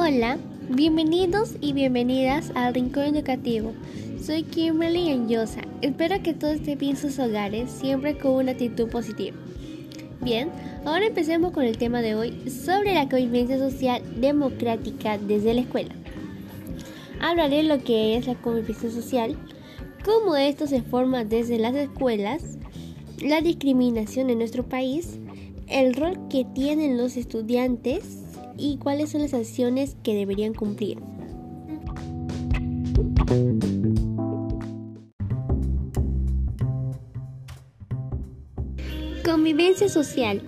Hola, bienvenidos y bienvenidas al Rincón Educativo. Soy Kimberly Anyosa. Espero que todo esté bien en sus hogares, siempre con una actitud positiva. Bien, ahora empecemos con el tema de hoy sobre la convivencia social democrática desde la escuela. Hablaré lo que es la convivencia social, cómo esto se forma desde las escuelas, la discriminación en nuestro país, el rol que tienen los estudiantes y cuáles son las acciones que deberían cumplir. Convivencia social.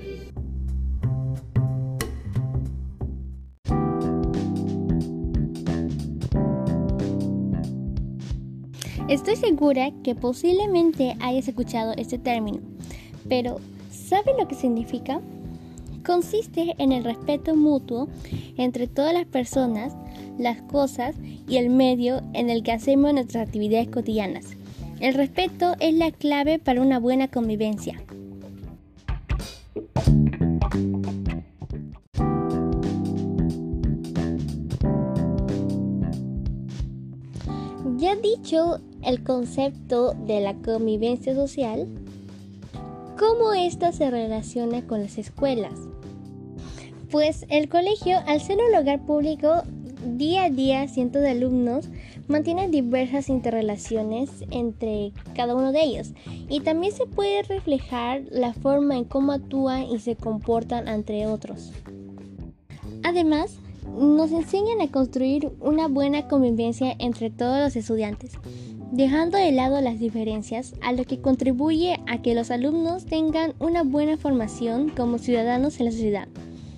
Estoy segura que posiblemente hayas escuchado este término, pero ¿sabes lo que significa? Consiste en el respeto mutuo entre todas las personas, las cosas y el medio en el que hacemos nuestras actividades cotidianas. El respeto es la clave para una buena convivencia. Ya dicho el concepto de la convivencia social, ¿cómo ésta se relaciona con las escuelas? Pues el colegio, al ser un lugar público, día a día cientos de alumnos mantienen diversas interrelaciones entre cada uno de ellos, y también se puede reflejar la forma en cómo actúan y se comportan entre otros. Además, nos enseñan a construir una buena convivencia entre todos los estudiantes, dejando de lado las diferencias, a lo que contribuye a que los alumnos tengan una buena formación como ciudadanos en la sociedad.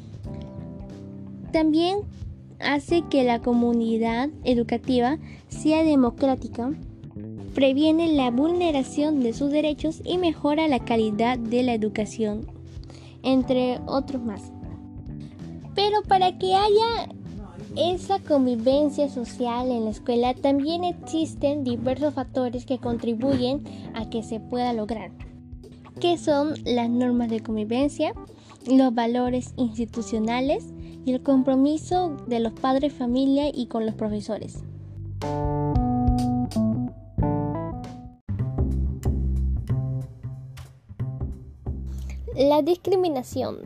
También hace que la comunidad educativa sea democrática, previene la vulneración de sus derechos y mejora la calidad de la educación, entre otros más. Pero para que haya esa convivencia social en la escuela, también existen diversos factores que contribuyen a que se pueda lograr, que son las normas de convivencia, los valores institucionales y el compromiso de los padres de familia y con los profesores. La discriminación.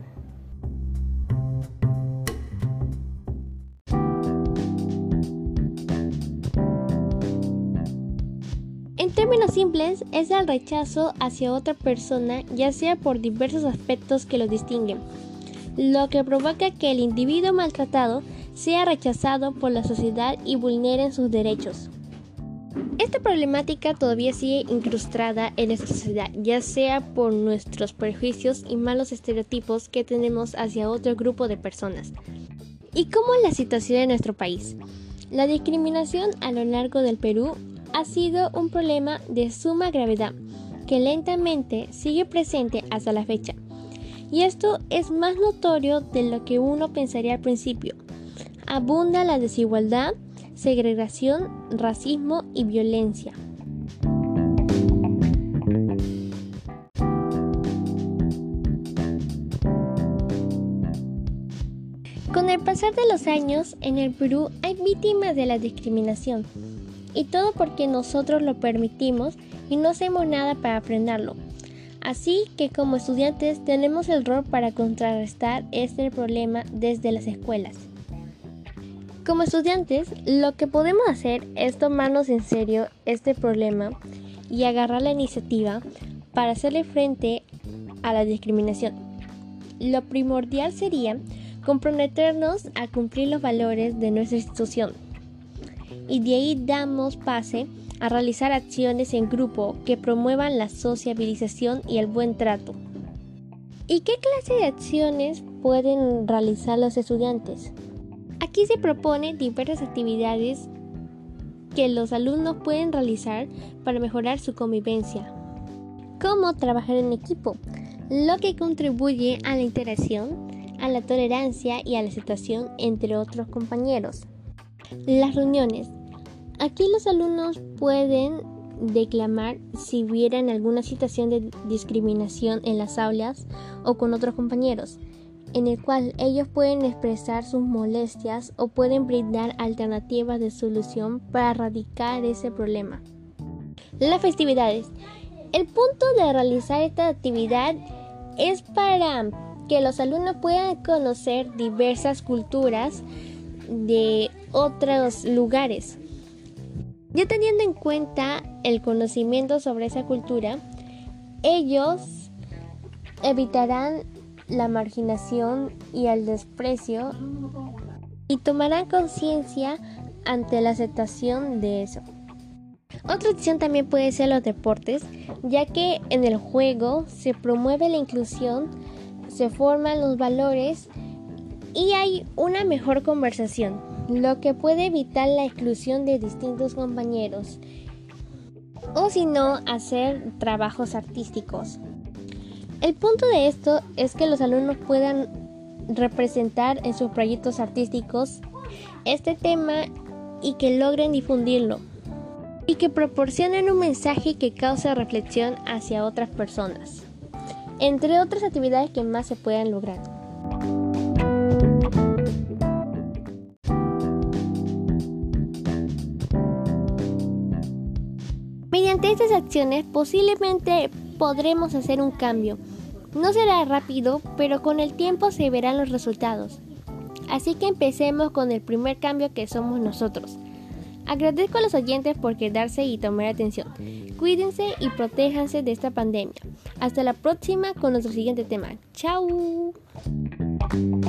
En términos simples, es el rechazo hacia otra persona, ya sea por diversos aspectos que lo distinguen, lo que provoca que el individuo maltratado sea rechazado por la sociedad y vulneren sus derechos. Esta problemática todavía sigue incrustada en nuestra sociedad, ya sea por nuestros prejuicios y malos estereotipos que tenemos hacia otro grupo de personas. ¿Y cómo es la situación en nuestro país? La discriminación a lo largo del Perú ha sido un problema de suma gravedad que lentamente sigue presente hasta la fecha. Y esto es más notorio de lo que uno pensaría al principio. Abunda la desigualdad, segregación, racismo y violencia. Con el pasar de los años, en el Perú hay víctimas de la discriminación. Y todo porque nosotros lo permitimos y no hacemos nada para frenarlo. Así que como estudiantes tenemos el rol para contrarrestar este problema desde las escuelas. Como estudiantes, lo que podemos hacer es tomarnos en serio este problema y agarrar la iniciativa para hacerle frente a la discriminación. Lo primordial sería comprometernos a cumplir los valores de nuestra institución. Y de ahí damos pase a realizar acciones en grupo que promuevan la sociabilización y el buen trato. ¿Y qué clase de acciones pueden realizar los estudiantes? Aquí se proponen diversas actividades que los alumnos pueden realizar para mejorar su convivencia, como trabajar en equipo, lo que contribuye a la interacción, a la tolerancia y a la aceptación entre otros compañeros. Las reuniones. Aquí los alumnos pueden declamar si vieran alguna situación de discriminación en las aulas o con otros compañeros. en el cual ellos pueden expresar sus molestias o pueden brindar alternativas de solución para erradicar ese problema. Las festividades. El punto de realizar esta actividad es para que los alumnos puedan conocer diversas culturas de otros lugares. Ya teniendo en cuenta el conocimiento sobre esa cultura, ellos evitarán la marginación y el desprecio y tomarán conciencia ante la aceptación de eso. Otra opción también puede ser los deportes, ya que en el juego se promueve la inclusión, se forman los valores y hay una mejor conversación, lo que puede evitar la exclusión de distintos compañeros, o si no, hacer trabajos artísticos. El punto de esto es que los alumnos puedan representar en sus proyectos artísticos este tema y que logren difundirlo y que proporcionen un mensaje que cause reflexión hacia otras personas, entre otras actividades que más se puedan lograr. Mediante estas acciones posiblemente podremos hacer un cambio. No será rápido, pero con el tiempo se verán los resultados. Así que empecemos con el primer cambio, que somos nosotros. Agradezco a los oyentes por quedarse y tomar atención. Cuídense y protéjanse de esta pandemia. Hasta la próxima con nuestro siguiente tema. ¡Chao!